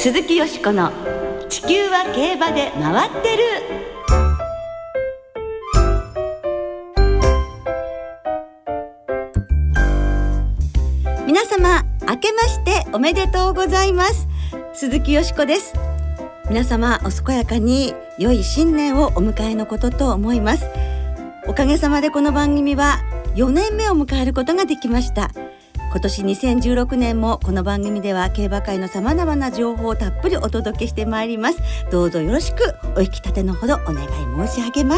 鈴木よしこの地球は競馬で回ってる。皆様明けましておめでとうございます。鈴木よしこです。皆様お健やかに良い新年をお迎えのことと思います。おかげさまでこの番組は4年目を迎えることができました。今年2016年もこの番組では競馬界のさまざまな情報をたっぷりお届けしてまいります。どうぞよろしくお引き立てのほどお願い申し上げます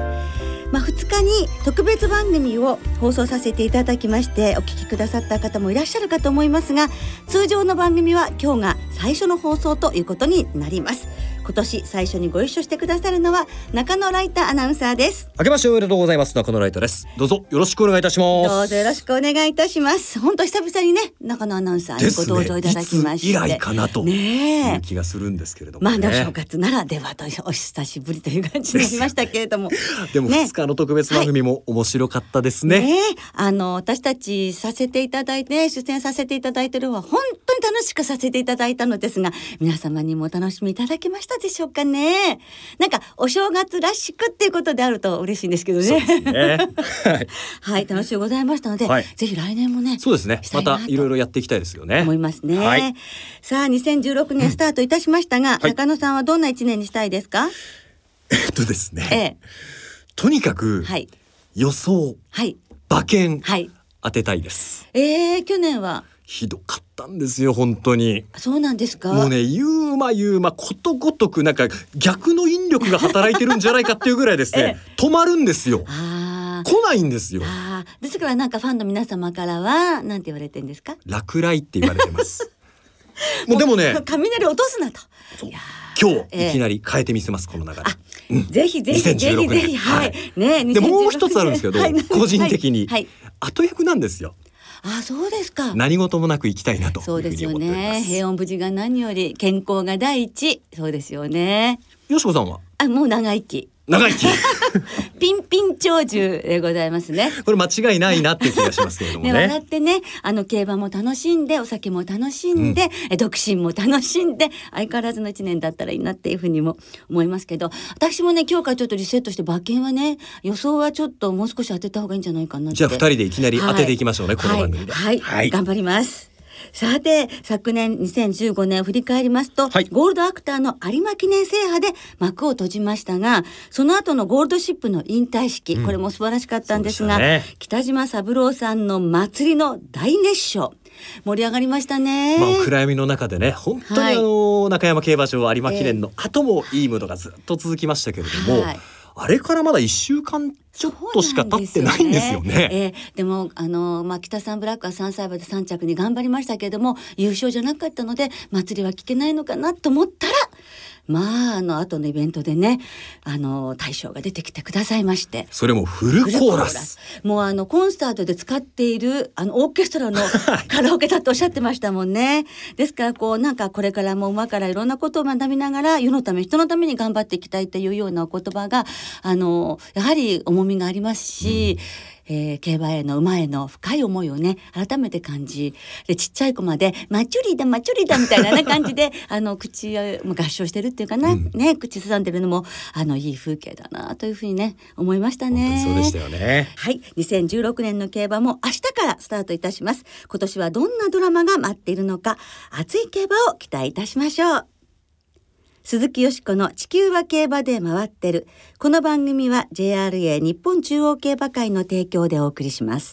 。2日に特別番組を放送させていただきまして、お聞きくださった方もいらっしゃるかと思いますが、通常の番組は今日が最初の放送ということになります。今年最初にご一緒してくださるのは中野ライタアナウンサーです。 明けましておめでとうございます。中野ライタです。どうぞよろしくお願いいたします。 どうぞよろしくお願いいたします。本当久々にね、中野アナウンサーにご登場いただきまして、 いつ以来かなという気がするんですけれども、 ね、お正月ならではとお久しぶりという感じになりましたけれどもでも2日の特別番組も面白かったですね。 私たちさせていただいて、出演させていただいてるのは本当に楽しくさせていただいたのですが、皆様にもお楽しみいただけましたでしょうかね。なんかお正月らしくっていうことであると嬉しいんですけどね。 そうですねはい、楽しゅうございましたので、ぜひ来年もね、 そうですね、またいろいろやっていきたいですよね。 思いますね。さあ2016年スタートいたしましたが、中野さんはどんな1年にしたいですか？ ですね、とにかく、予想、馬券、当てたいです。 去年はひどかったんですよ、本当に。 そうなんですか？ もうね、言うまことごとくなんか逆の引力が働いてるんじゃないかっていうぐらいですね止まるんですよ。来ないんですよ。 ですからなんかファンの皆様からはなんて言われてるんですか？ 落雷って言われてますもうでもね、 雷落とすなと。 今日いきなり変えてみせます、この流れ。 ぜひぜひぜひぜひ、 でもう一つあるんですけど、個人的に後役なんですよ。 そうですか。 何事もなく生きたいなというふうに思っております。そうですよね。 平穏無事が何より、健康が第一。そうですよね。 よしこさんは？ もう長生きピンピン長寿でございますね。 これ間違いないなっていう気がしますけれどもね。 笑ってね、競馬も楽しんで、お酒も楽しんで、独身も楽しんで、相変わらずの1年だったらいいなっていうふうにも思いますけど、私もね、今日からちょっとリセットして、馬券はね、予想はちょっともう少し当てた方がいいんじゃないかなって。 じゃあ2人でいきなり当てていきましょうね、この番組で。 頑張ります。さて、昨年2015年を振り返りますと、ゴールドアクターの有馬記念制覇で幕を閉じましたが、その後のゴールドシップの引退式、これも素晴らしかったんですが、北島三郎さんの祭りの大熱唱、盛り上がりましたね。 暗闇の中でね、本当に中山競馬場有馬記念の後もいいムードがずっと続きましたけれども、あれからまだ1週間ちょっとしか経ってないんですよね。 でも北さんブラックは3歳馬で3着に頑張りましたけれども、優勝じゃなかったので祭りは聞けないのかなと思ったら、後のイベントでね、大将が出てきてくださいまして、 それもフルコーラス、 もうコンサートで使っているオーケストラのカラオケだとおっしゃってましたもんね。ですからなんかこれからも馬からいろんなことを学びながら、世のため人のために頑張っていきたいというようなお言葉がやはり重みがありますし、競馬への馬への深い思いをね、改めて感じで、ちっちゃい子までマチュリだマチュリだみたいな感じで口を合唱してるっていうかな、口ずさんでるのもいい風景だなというふうにね、思いましたね。 本当にそうでしたよね。 2016年の競馬も明日からスタートいたします。今年はどんなドラマが待っているのか、熱い競馬を期待いたしましょう。鈴木よしこの地球は競馬で回ってる。この番組は JRA 日本中央競馬会の提供でお送りします。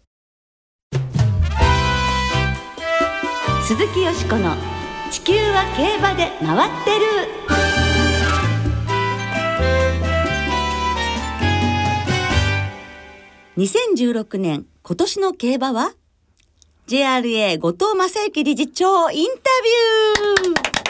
鈴木よしこの地球は競馬で回ってる。2016年今年の競馬は JRA 後藤正幸理事長インタビュー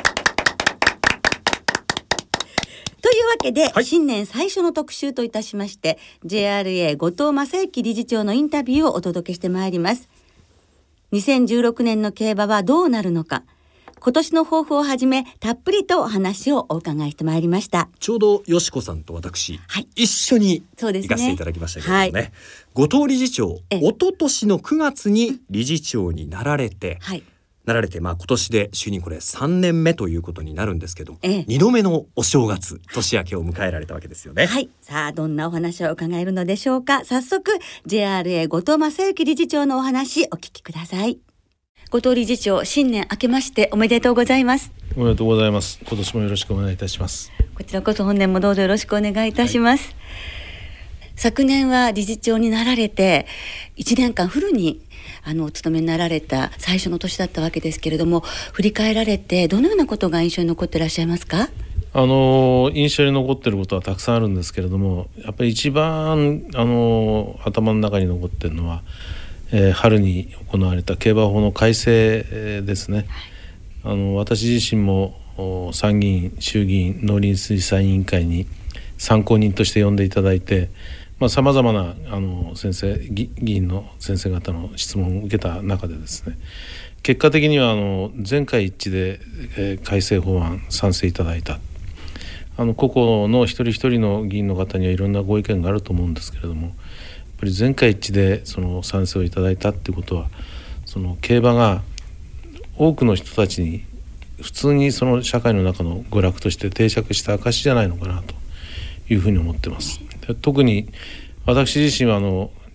というわけで、新年最初の特集といたしまして JRA 後藤正幸理事長のインタビューをお届けしてまいります。2016年の競馬はどうなるのか、今年の抱負をはじめたっぷりとお話をお伺いしてまいりました。 ちょうどよしこさんと私、一緒に行かせていただきましたけれどもね、後藤理事長、一昨年の9月に理事長になられて、 なられて、今年で就任これ3年目ということになるんですけど、 2 度目のお正月、年明けを迎えられたわけですよね。 はい、さあどんなお話を伺えるのでしょうか。早速 JRA 後藤正幸理事長のお話お聞きください。後藤理事長、新年明けましておめでとうございます。 おめでとうございます。今年もよろしくお願いいたします。 こちらこそ本年もどうぞよろしくお願いいたします。昨年は理事長になられて1年間フルにお務めになられた最初の年だったわけですけれども、振り返られてどのようなことが印象に残っていらっしゃいますか？ 印象に残っていることはたくさんあるんですけれども、やっぱり一番頭の中に残っているのは、春に行われた競馬法の改正ですね。私自身も参議院、衆議院農林水産委員会に参考人として呼んでいただいて、さまざまな議員の先生方の質問を受けた中でですね、結果的には全会一致で、改正法案賛成いただいた。個々の一人一人の議員の方にはいろんなご意見があると思うんですけれども、やっぱり全会一致でその賛成をいただいたっていうことは、その競馬が多くの人たちに普通にその社会の中の娯楽として定着した証じゃないのかなというふうに思ってます。特に私自身は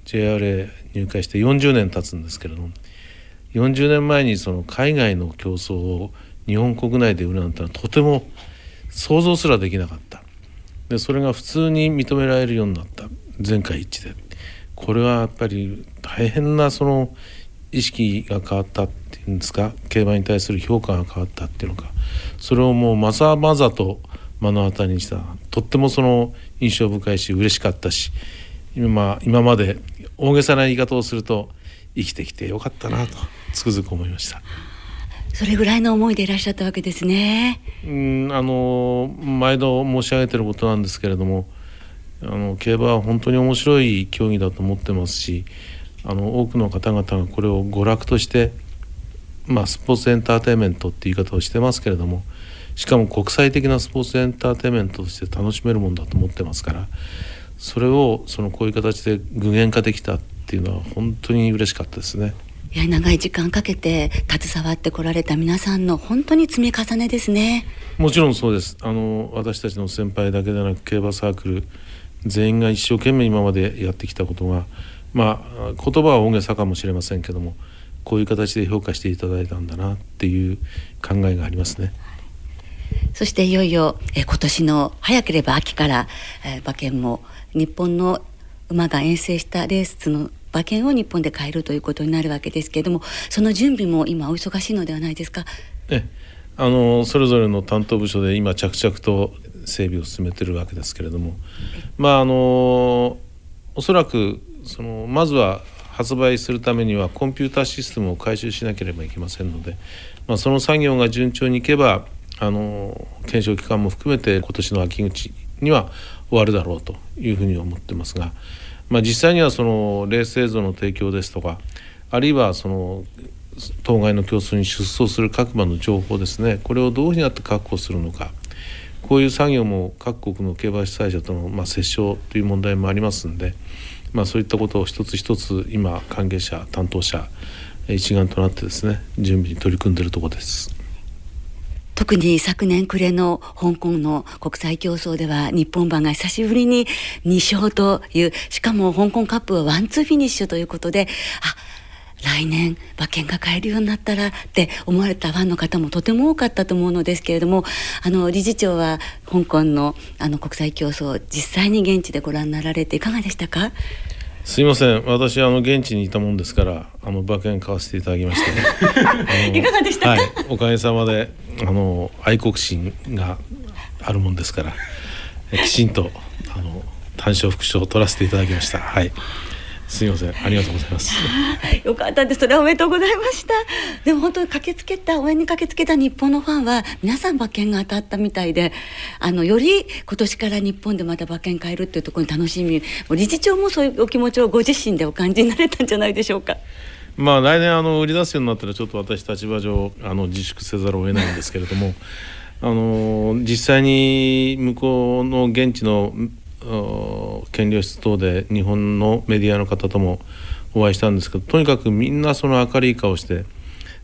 JRA 入会して40年経つんですけれども、40年前にその海外の競争を日本国内で売るなんてのはとても想像すらできなかった。でそれが普通に認められるようになった、全会一致で。これはやっぱり大変なその意識が変わったっていうんですか、競馬に対する評価が変わったっていうのか、それをもうまざまざと目の当たりにした、とってもその印象深いし嬉しかったし、今まで大げさな言い方をすると生きてきてよかったなとつくづく思いました。 それぐらいの思いでいらっしゃったわけですね。 毎度申し上げていることなんですけれども、競馬は本当に面白い競技だと思ってますし、多くの方々がこれを娯楽として、スポーツエンターテインメントって言い方をしてますけれども、しかも国際的なスポーツエンターテインメントとして楽しめるものだと思ってますから、それをこういう形で具現化できたっていうのは本当に嬉しかったですね。 いや、長い時間かけて携わってこられた皆さんの本当に積み重ねですね。 もちろんそうです。私たちの先輩だけでなく競馬サークル全員が一生懸命今までやってきたことが、言葉は大げさかもしれませんけども、こういう形で評価していただいたんだなっていう考えがありますね。 そしていよいよ今年の早ければ秋から、馬券も日本の馬が遠征したレースの馬券を日本で買えるということになるわけですけれども、その準備も今お忙しいのではないですか？ それぞれの担当部署で今着々と整備を進めているわけですけれども、おそらくまずは発売するためにはコンピューターシステムを改修しなければいけませんので、その作業が順調にいけば検証期間も含めて今年の秋口には終わるだろうというふうに思ってますが、実際にはそのレース映像の提供ですとか、あるいは当該の競争に出走する各馬の情報ですね、これをどういうふうにやって確保するのか、こういう作業も各国の競馬主催者との折衝という問題もありますので、そういったことを一つ一つ今関係者担当者一丸となってですね、準備に取り組んでいるところです。 特に昨年暮れの香港の国際競争では日本馬が久しぶりに2勝という、しかも香港カップはワンツーフィニッシュということで、来年馬券が買えるようになったらって思われたファンの方もとても多かったと思うのですけれども、理事長は香港の国際競争実際に現地でご覧になられていかがでしたか？ すいません、私現地にいたもんですから馬券買わせていただきましていかがでしたか？ おかげさまで愛国心があるもんですからきちんと単勝副賞を取らせていただきました。すいません、ありがとうございます。 よかったです。それはおめでとうございました。でも本当に応援に駆けつけた日本のファンは皆さん馬券が当たったみたいで、より今年から日本でまた馬券買えるっていうところに楽しみ、理事長もそういうお気持ちをご自身でお感じになれたんじゃないでしょうか？ 来年売り出すようになったらちょっと私立場上自粛せざるを得ないんですけれども実際に向こうの現地の権利室等で日本のメディアの方ともお会いしたんですけど、とにかくみんな明るい顔して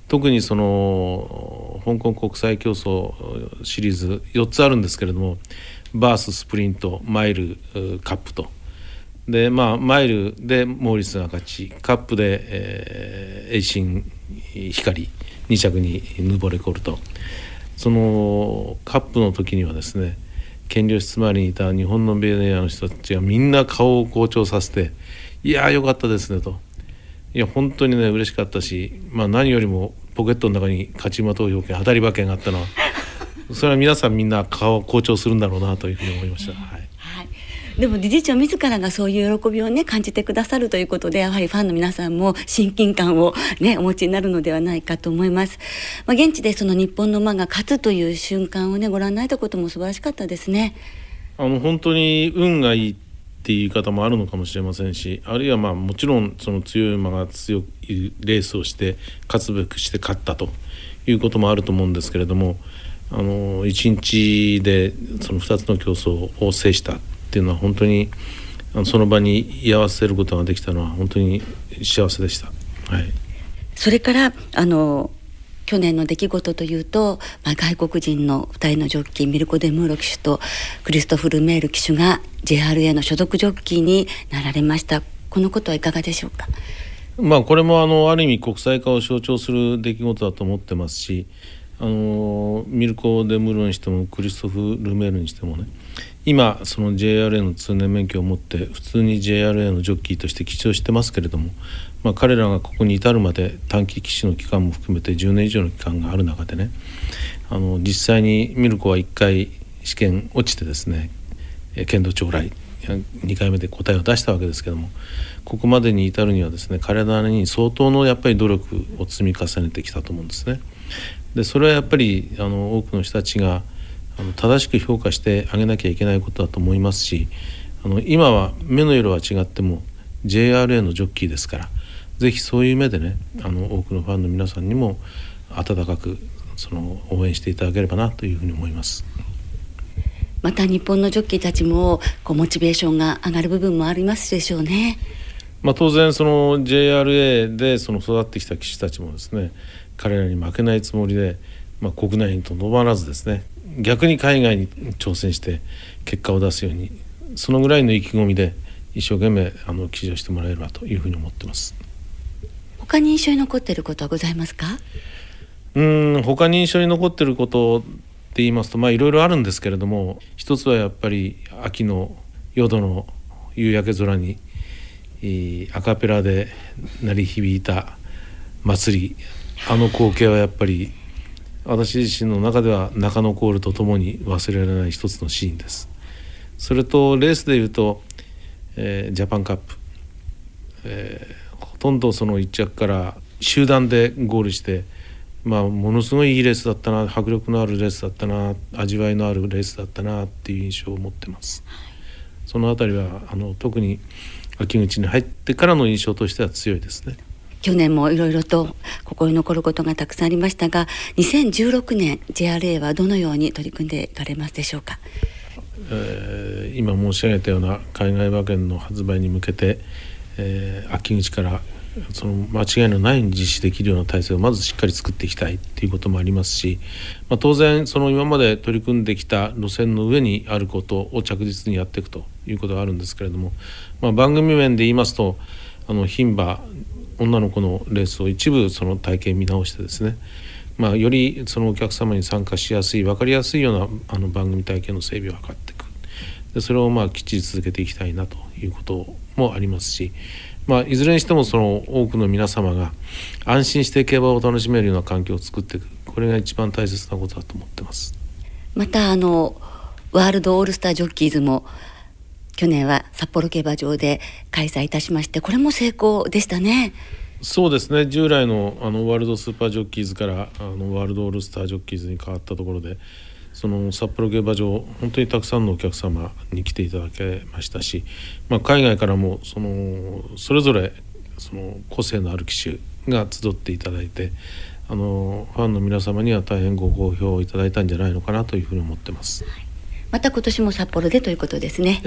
特にその香港国際競争シリーズ4つあるんですけれども、バース、スプリント、マイル、カップとで、マイルでモーリスが勝ち、カップで、エイシン光、2着にヌボレコルト。そのカップの時にはですね、検量室周りにいた日本のメディアの人たちがみんな顔を紅潮させて、いやーよかったですねと、いや本当にね嬉しかったし、何よりもポケットの中に勝ち馬投票券、当たり馬券があったのはそれは皆さんみんな顔を紅潮するんだろうなというふうに思いました。はい、 でも理事長自らがそういう喜びをね感じてくださるということで、やはりファンの皆さんも親近感をねお持ちになるのではないかと思います。現地でその日本の馬が勝つという瞬間をねご覧になったことも素晴らしかったですね。 本当に運がいいっていう言い方もあるのかもしれませんし、あるいはもちろんその強い馬が強いレースをして勝つべくして勝ったということもあると思うんですけれども、1日でその2つの競争を制したっていうのは本当にその場に居合わせることができたのは本当に幸せでした。はい、 それから去年の出来事というと、外国人の2人のジョッキー、ミルコ・デ・ムーロ騎手とクリストフ・ルメール騎手が JRA の所属ジョッキーになられました。このことはいかがでしょうか。 これもある意味国際化を象徴する出来事だと思ってますし、ミルコ・デ・ムーロにしてもクリストフ・ルメールにしてもね、今その JRA の通年免許を持って普通に JRA のジョッキーとして騎乗してますけれども、彼らがここに至るまで短期騎手の期間も含めて10年以上の期間がある中でね、実際にミルコは1回試験落ちてですね、剣道長来2回目で答えを出したわけですけども、ここまでに至るにはですね、彼らに相当のやっぱり努力を積み重ねてきたと思うんですね。でそれはやっぱり多くの人たちが正しく評価してあげなきゃいけないことだと思いますし、今は目の色は違っても JRA のジョッキーですから、ぜひそういう目でね多くのファンの皆さんにも温かく応援していただければなというふうに思います。 また日本のジョッキーたちもモチベーションが上がる部分もありますでしょうね。 当然その JRA で育ってきた騎手たちもですね、彼らに負けないつもりで、国内にとどまらずですね、逆に海外に挑戦して結果を出すように、そのぐらいの意気込みで一生懸命騎乗してもらえればというふうに思ってます。 他に印象に残っていることはございますか。 他に印象に残っていることって言いますと、いろいろあるんですけれども、一つはやっぱり秋の淀の夕焼け空にアカペラで鳴り響いた祭り、光景はやっぱり私自身の中では中野コールとともに忘れられない一つのシーンです。それとレースでいうと、ジャパンカップ、ほとんどその1着から集団でゴールして、ものすごいいいレースだったな、迫力のあるレースだったな、味わいのあるレースだったなっていう印象を持ってます。そのあたりは特に秋口に入ってからの印象としては強いですね。 去年もいろいろと心に残ることがたくさんありましたが、2016年 JRA はどのように取り組んでいかれますでしょうか。 今申し上げたような海外馬券の発売に向けて、秋口からその間違いのないように実施できるような体制をまずしっかり作っていきたいということもありますし、当然その今まで取り組んできた路線の上にあることを着実にやっていくということがあるんですけれども、番組面で言いますと牝馬女の子のレースを一部その体系見直してですね、よりそのお客様に参加しやすい分かりやすいような番組体系の整備を図っていく。でそれをきっちり続けていきたいなということもありますし、いずれにしてもその多くの皆様が安心して競馬を楽しめるような環境を作っていく、これが一番大切なことだと思ってます。 またワールドオールスタージョッキーズも去年は札幌競馬場で開催いたしまして、これも成功でしたね。 そうですね、従来のワールドスーパージョッキーズからワールドオールスタージョッキーズに変わったところで、その札幌競馬場本当にたくさんのお客様に来ていただけましたし、海外からもそれぞれその個性のある騎手が集っていただいて、ファンの皆様には大変ご好評をいただいたんじゃないのかなというふうに思ってます。 また今年も札幌でということですね。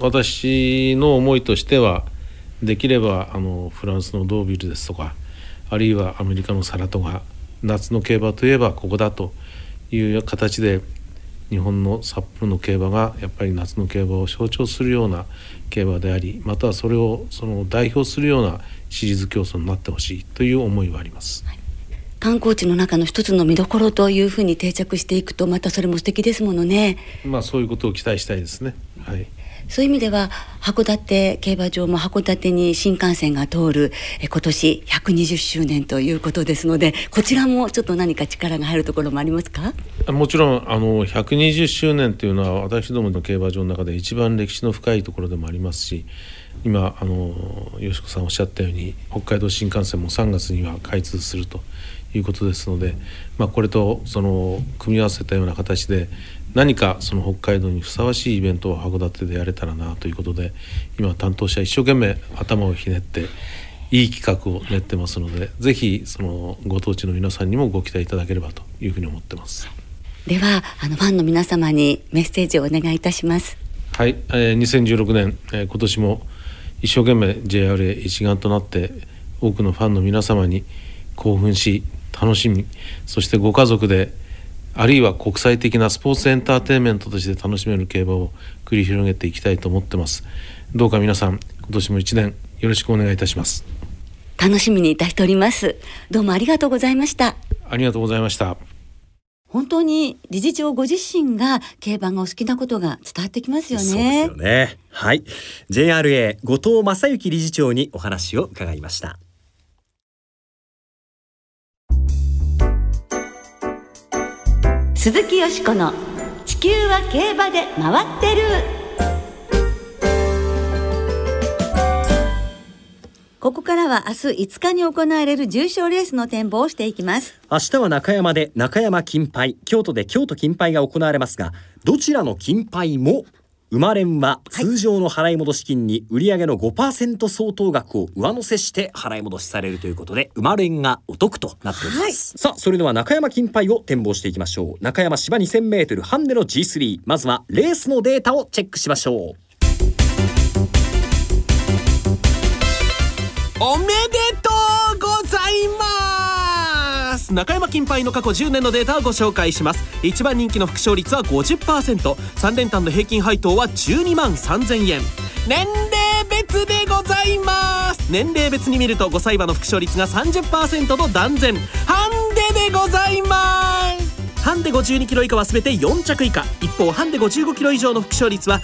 私の思いとしてはできればフランスのドービルですとか、 あるいはアメリカのサラトガ、夏の競馬といえばここだという形で、日本の札幌の競馬がやっぱり夏の競馬を象徴するような競馬であり、またはそれを代表するようなシリーズ競争になってほしいという思いはあります。 観光地の中の一つの見どころというふうに定着していくと、またそれも素敵ですものね。 そういうことを期待したいですね。はい、 そういう意味では函館競馬場も函館に新幹線が通る今年120周年ということですので、こちらもちょっと何か力が入るところもありますか？ もちろん120周年というのは私どもの競馬場の中で一番歴史の深いところでもありますし、今よしこさんおっしゃったように北海道新幹線も3月には開通するということですので、これと組み合わせたような形で何か北海道にふさわしいイベントを函館でやれたらなということで、今担当者一生懸命頭をひねっていい企画を練ってますので、ぜひご当地の皆さんにもご期待いただければというふうに思ってます。 ではファンの皆様にメッセージをお願いいたします。 はい、2016年、今年も一生懸命 JRA 一丸となって多くのファンの皆様に興奮し、楽しみ、そしてご家族であるいは国際的なスポーツエンターテインメントとして楽しめる競馬を繰り広げていきたいと思ってます。どうか皆さん今年も1年よろしくお願いいたします。 楽しみにいたしております。どうもありがとうございました。 ありがとうございました。 本当に理事長ご自身が競馬がお好きなことが伝わってきますよね。 そうですよね。はい、JRA 後藤正幸理事長にお話を伺いました。 鈴木よしこの地球は競馬で回ってる。ここからは明日5日に行われる重賞レースの展望をしていきます。 明日は中山で中山金杯、京都で京都金杯が行われますが、どちらの金杯も馬連は通常の払い戻し金に売上の 5% 相当額を上乗せして払い戻しされるということで、馬連がお得となっております。さあ、それでは中山金杯を展望していきましょう。中山芝 2000m ハンデの G3、 まずはレースのデータをチェックしましょう。 おめでとうございます。中山金杯の過去10年のデータをご紹介します。1番人気の副勝率は 50%、 3連単の平均配当は12万3000円。年齢別でございます。年齢別に見ると5歳馬の副勝率が 30% と断然。ハンデでございます。ハンデ52キロ以下は全て4着以下。一方ハンデ55キロ以上の副勝率は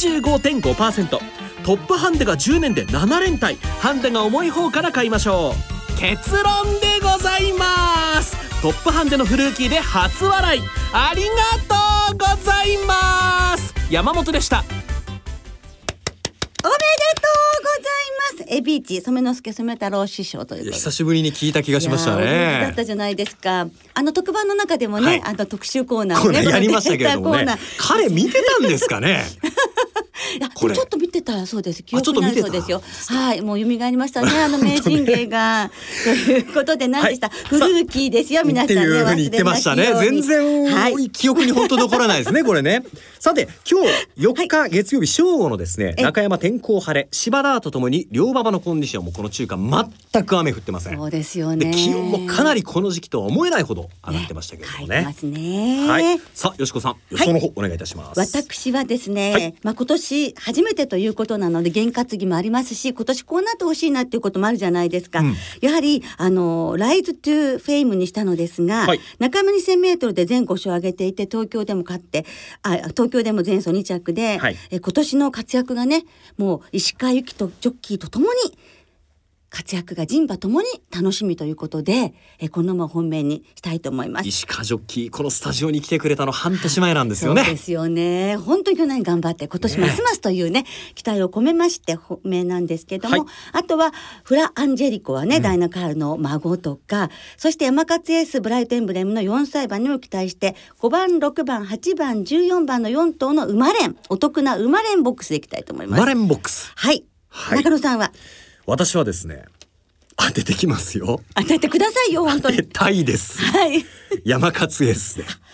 25.5%。トップハンデが10年で7連単。ハンデが重い方から買いましょう。結論でございます。トップハンデのフルーキーで初笑い、ありがとうございます。山本でした。 おめでとうございます。エビーチ染之助染太郎師匠ということで、 久しぶりに聞いた気がしましたね。 だったじゃないですか。特番の中でもね、特集コーナーをねやりましたけれどもね、彼見てたんですかね。 いやちょっと見てたそうです。記憶になるそうですよ。はい、もう蘇りましたね、名人芸がということで、何でした、フルーキーですよ皆さんね。っていうふうに言ってましたね。 全然、記憶に本当残らないですねこれね。さて今日4日月曜日正午のですね、中山天候晴れ、芝ダーとともに両馬場のコンディションもこの中間全く雨降ってません。 そうですよね。 で気温もかなりこの時期とは思えないほど上がってましたけれどもね。 ますね。 はい。さあよしこさん、予想の方お願いいたします。 私はですね、今年初めてということなので験担ぎもありますし、今年こうなってほしいなっていうこともあるじゃないですか。やはりライズトゥフェイムにしたのですが、中山 2000m で全5勝を挙げていて、東京でも勝って、東京でも前走2着で、今年の活躍がね、もう石川由紀とジョッキーとともに活躍が人馬ともに楽しみということで、この馬を本命にしたいと思います。 石川ジョッキー、このスタジオに来てくれたの半年前なんですよね。 そうですよね。本当に去年頑張って今年ますますというね、期待を込めまして本命なんですけども、あとはフラ・アンジェリコはね、ダイナカールの孫とか、そして山勝エースブライトエンブレムの4歳馬にも期待して、5番6番8番14番の4頭の馬連、お得な馬連ボックスでいきたいと思います。 馬連ボックス、 中野さんは。 私はですね、当ててきますよ。 当ててくださいよ、本当に。 当てたいです。山勝エースで。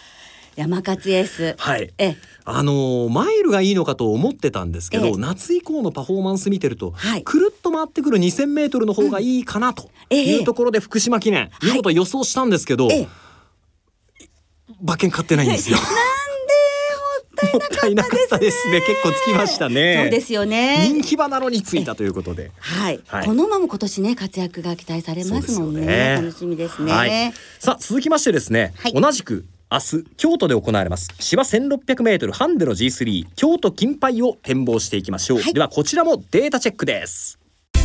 山勝エース。 はい。マイルがいいのかと思ってたんですけど、夏以降のパフォーマンス見てると、くるっと回ってくる 2000m の方がいいかなというところで福島記念、見事予想したんですけど、馬券買ってないんですよ。もったいなかったですね。結構つきましたね。 そうですよね。 人気馬なのについたということで、 この馬も今年ね活躍が期待されますもんね。楽しみですね。 さあ続きましてですね、同じく明日京都で行われます芝 1600m ハンデの G3 京都金杯を展望していきましょう。ではこちらもデータチェックです。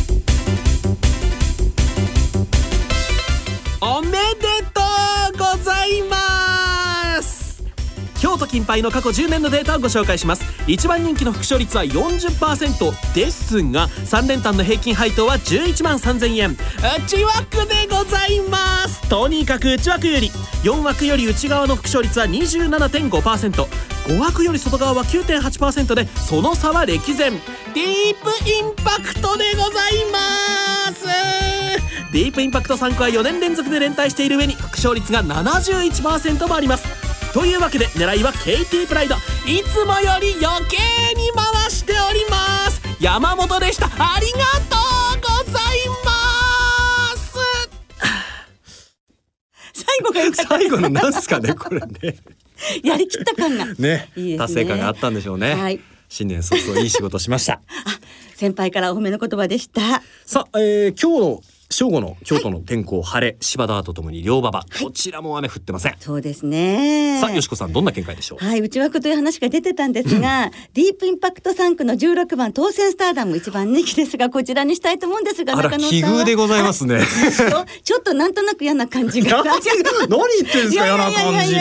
おめでとうございます。京都金杯の過去10年のデータをご紹介します。一番人気の副賞率は 40% ですが、3連単の平均配当は11万3000円。内枠でございます。とにかく内枠より4枠より内側の副賞率は 27.5%、 5枠より外側は 9.8% で、その差は歴然。ディープインパクトでございます。ディープインパクト3区は4年連続で連帯している上に副賞率が 71% もあります。というわけで狙いは KT プライド、いつもより余計に回しております。山本でした。ありがとうございます。 最後が良かった。 最後のなんすかねこれね。 やりきった感がね、 いいですね。 達成感があったんでしょうね。新年早々いい仕事しました。 先輩からお褒めの言葉でした。 さあ、今日の正午の京都の天候、晴れ、芝田とともに両馬場、こちらも雨降ってません。 そうですね。 さあよしこさん、どんな見解でしょう。 内枠という話が出てたんですが、ディープインパクト3区の16番当選スターダム一番人気ですが、こちらにしたいと思うんですが、中野さんは奇遇でございますね。 ちょっとなんとなく嫌な感じが。 何言ってんですか、嫌な感じって。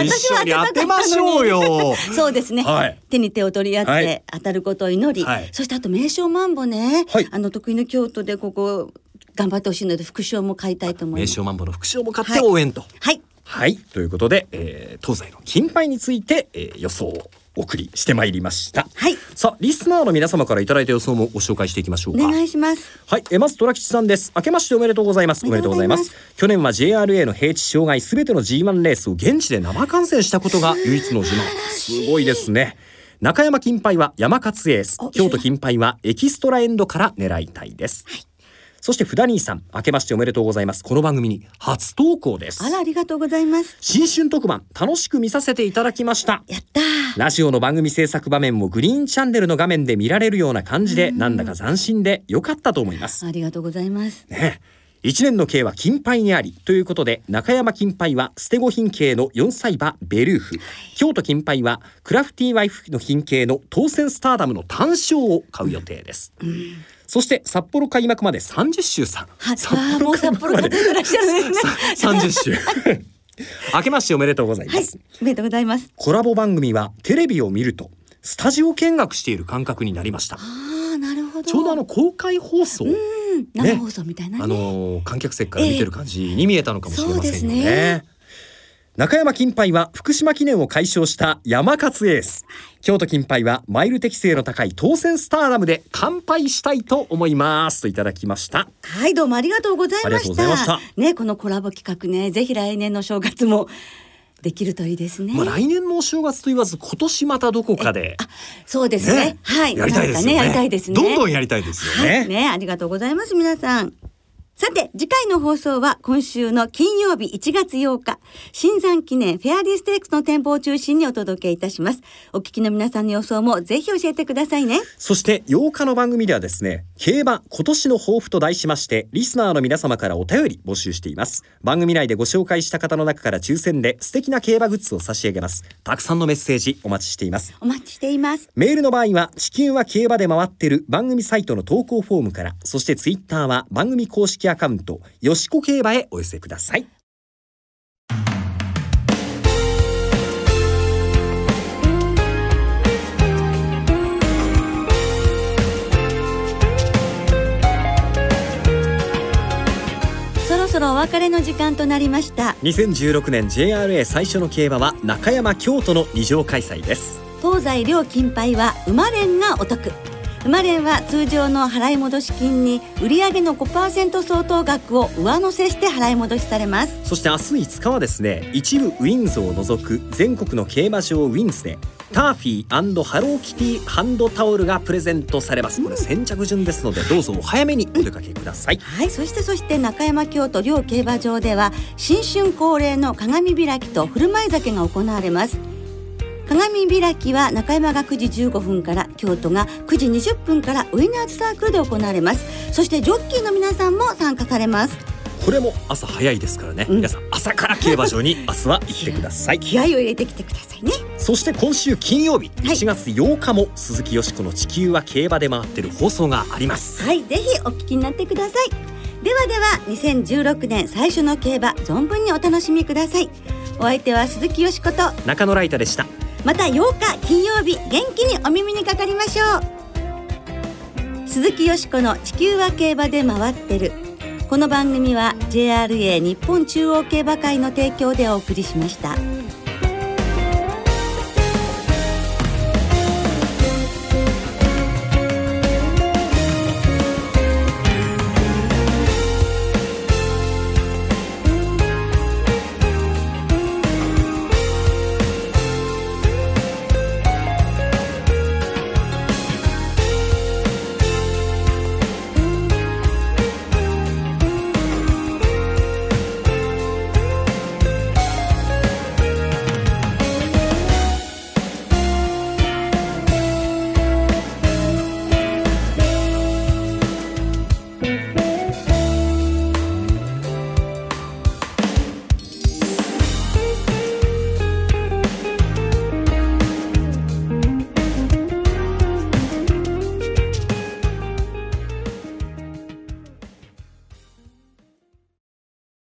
一緒に当てましょうよ。 そうですね、手に手を取り合って当たることを祈り、そしてあと名将マンボね、得意の京都でここ頑張ってほしいので副賞も買いたいと思います。 名将マンボの副賞も買って応援と。ということで、東西の金杯について、予想をお送りしてまいりました。さあリスナーの皆様からいただいた予想もご紹介していきましょうか。 お願いします。 まず虎吉さんです。明けましておめでとうございます。おめでとうございます。去年は JRA の平地障害すべての G1 レースを現地で生観戦したことが唯一の自慢。すごいですね。中山金杯は山勝エース、京都金杯はエキストラエンドから狙いたいです。そしてふだ兄さん、明けましておめでとうございます。この番組に初投稿です。 ありがとうございます。 新春特番楽しく見させていただきました。 やったー。 ラジオの番組制作場面もグリーンチャンネルの画面で見られるような感じで、なんだか斬新で良かったと思います。 ありがとうございますね。1年の計は金杯にありということで、中山金杯は捨て子品系の4歳馬ベルーフ、京都金杯はクラフティワイフの品系の当選スターダムの単勝を買う予定です。そして札幌開幕まで30週さん。 もう札幌でいらっしゃるんですね。 30週。明けましておめでとうございます。 おめでとうございます。 コラボ番組はテレビを見るとスタジオ見学している感覚になりました。 なるほど。 ちょうど公開放送、 生放送みたいなね、 観客席から見てる感じに見えたのかもしれませんよね。中山金杯は福島記念を解消した山勝エース、京都金杯はマイル適性の高い当選スターダムで乾杯したいと思いますといただきました。 どうもありがとうございました。ね、このコラボ企画ね、ぜひ来年の正月もできるといいですね。 来年のお正月と言わず今年またどこかで、 そうですね。 やりたいですよね。 やりたいですね。 どんどんやりたいですよね。 ありがとうございます皆さん。さて次回の放送は今週の金曜日1月8日、新山記念フェアリーステークスの展望を中心にお届けいたします。お聞きの皆さんの予想もぜひ教えてくださいね。 そして8日の番組ではですね、競馬今年の抱負と題しましてリスナーの皆様からお便り募集しています。番組内でご紹介した方の中から抽選で素敵な競馬グッズを差し上げます。たくさんのメッセージお待ちしています。 お待ちしています。 メールの場合は地球は競馬で回ってる番組サイトの投稿フォームから、そしてツイッターは番組公式アカウントよしこ競馬へお寄せください。 そろそろお別れの時間となりました。 2016年 JRA 最初の競馬は中山京都の2場開催です。 東西両金杯は馬連がお得。 馬連は通常の払い戻し金に売上の 5% 相当額を上乗せして払い戻しされます。 そして明日5日はですね、一部ウィンズを除く全国の競馬場ウィンズでターフィー&ハローキティハンドタオルがプレゼントされます。これ先着順ですので、どうぞお早めにお出かけください。 はい、そして中山京都両競馬場では新春恒例の鏡開きと振る舞い酒が行われます。鏡開きは中山が9時15分から、京都が9時20分からウィナーズサークルで行われます。そしてジョッキーの皆さんも参加されます。 これも朝早いですからね、皆さん朝から競馬場に明日は行ってください。 気合を入れてきてくださいね。 そして今週金曜日1月8日も鈴木よしこの地球は競馬で回ってる放送があります。 はい、ぜひお聞きになってください。では2016年最初の競馬存分にお楽しみください。お相手は鈴木よしこと中野ライタでした。 また8日金曜日元気にお耳にかかりましょう。鈴木よしこの地球は競馬で回ってる。この番組は JRA 日本中央競馬会の提供でお送りしました。